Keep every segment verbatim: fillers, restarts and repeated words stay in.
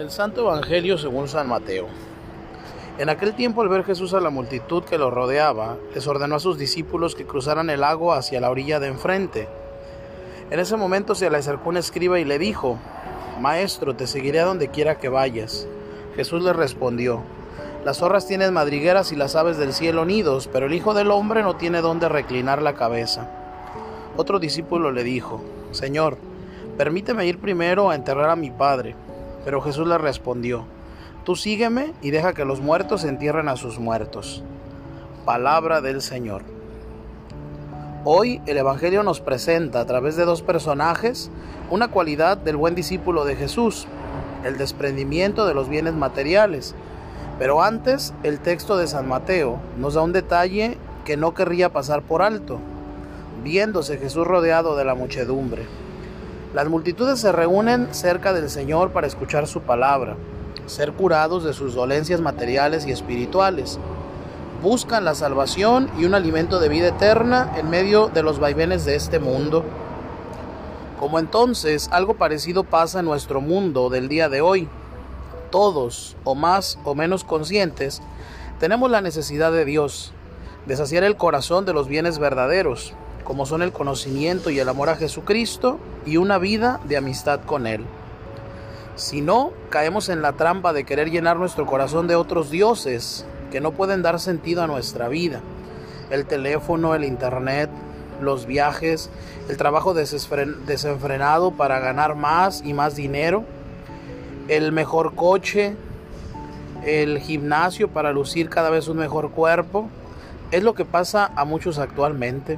El Santo Evangelio según San Mateo. En aquel tiempo, al ver Jesús a la multitud que lo rodeaba, les ordenó a sus discípulos que cruzaran el lago hacia la orilla de enfrente. En ese momento se le acercó un escriba y le dijo: «Maestro, te seguiré a donde quiera que vayas». Jesús le respondió: «Las zorras tienen madrigueras y las aves del cielo nidos, pero el Hijo del Hombre no tiene dónde reclinar la cabeza». Otro discípulo le dijo: «Señor, permíteme ir primero a enterrar a mi padre». Pero Jesús le respondió: «Tú sígueme y deja que los muertos entierren a sus muertos». Palabra del Señor. Hoy el Evangelio nos presenta a través de dos personajes una cualidad del buen discípulo de Jesús: el desprendimiento de los bienes materiales. Pero antes, el texto de San Mateo nos da un detalle que no querría pasar por alto. Viéndose Jesús rodeado de la muchedumbre, las multitudes se reúnen cerca del Señor para escuchar su palabra, ser curados de sus dolencias materiales y espirituales. Buscan la salvación y un alimento de vida eterna en medio de los vaivenes de este mundo. Como entonces, algo parecido pasa en nuestro mundo del día de hoy. Todos, o más o menos conscientes, tenemos la necesidad de Dios, de saciar el corazón de los bienes verdaderos, como son el conocimiento y el amor a Jesucristo y una vida de amistad con Él. Si no, caemos en la trampa de querer llenar nuestro corazón de otros dioses que no pueden dar sentido a nuestra vida: el teléfono, el internet, los viajes, el trabajo desenfrenado para ganar más y más dinero, el mejor coche, el gimnasio para lucir cada vez un mejor cuerpo. Es lo que pasa a muchos actualmente.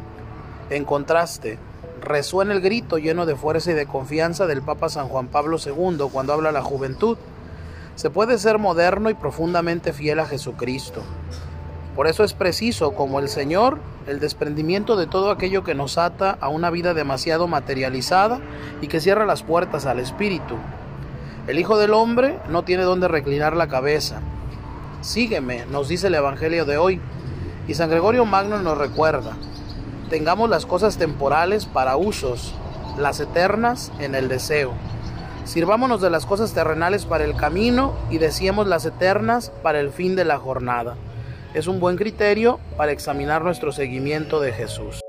En contraste, resuena el grito lleno de fuerza y de confianza del Papa San Juan Pablo segundo cuando habla a la juventud: se puede ser moderno y profundamente fiel a Jesucristo. Por eso es preciso, como el Señor, el desprendimiento de todo aquello que nos ata a una vida demasiado materializada y que cierra las puertas al Espíritu. El Hijo del Hombre no tiene dónde reclinar la cabeza. Sígueme, nos dice el Evangelio de hoy, y San Gregorio Magno nos recuerda: tengamos las cosas temporales para usos, las eternas en el deseo. Sirvámonos de las cosas terrenales para el camino y deseemos las eternas para el fin de la jornada. Es un buen criterio para examinar nuestro seguimiento de Jesús.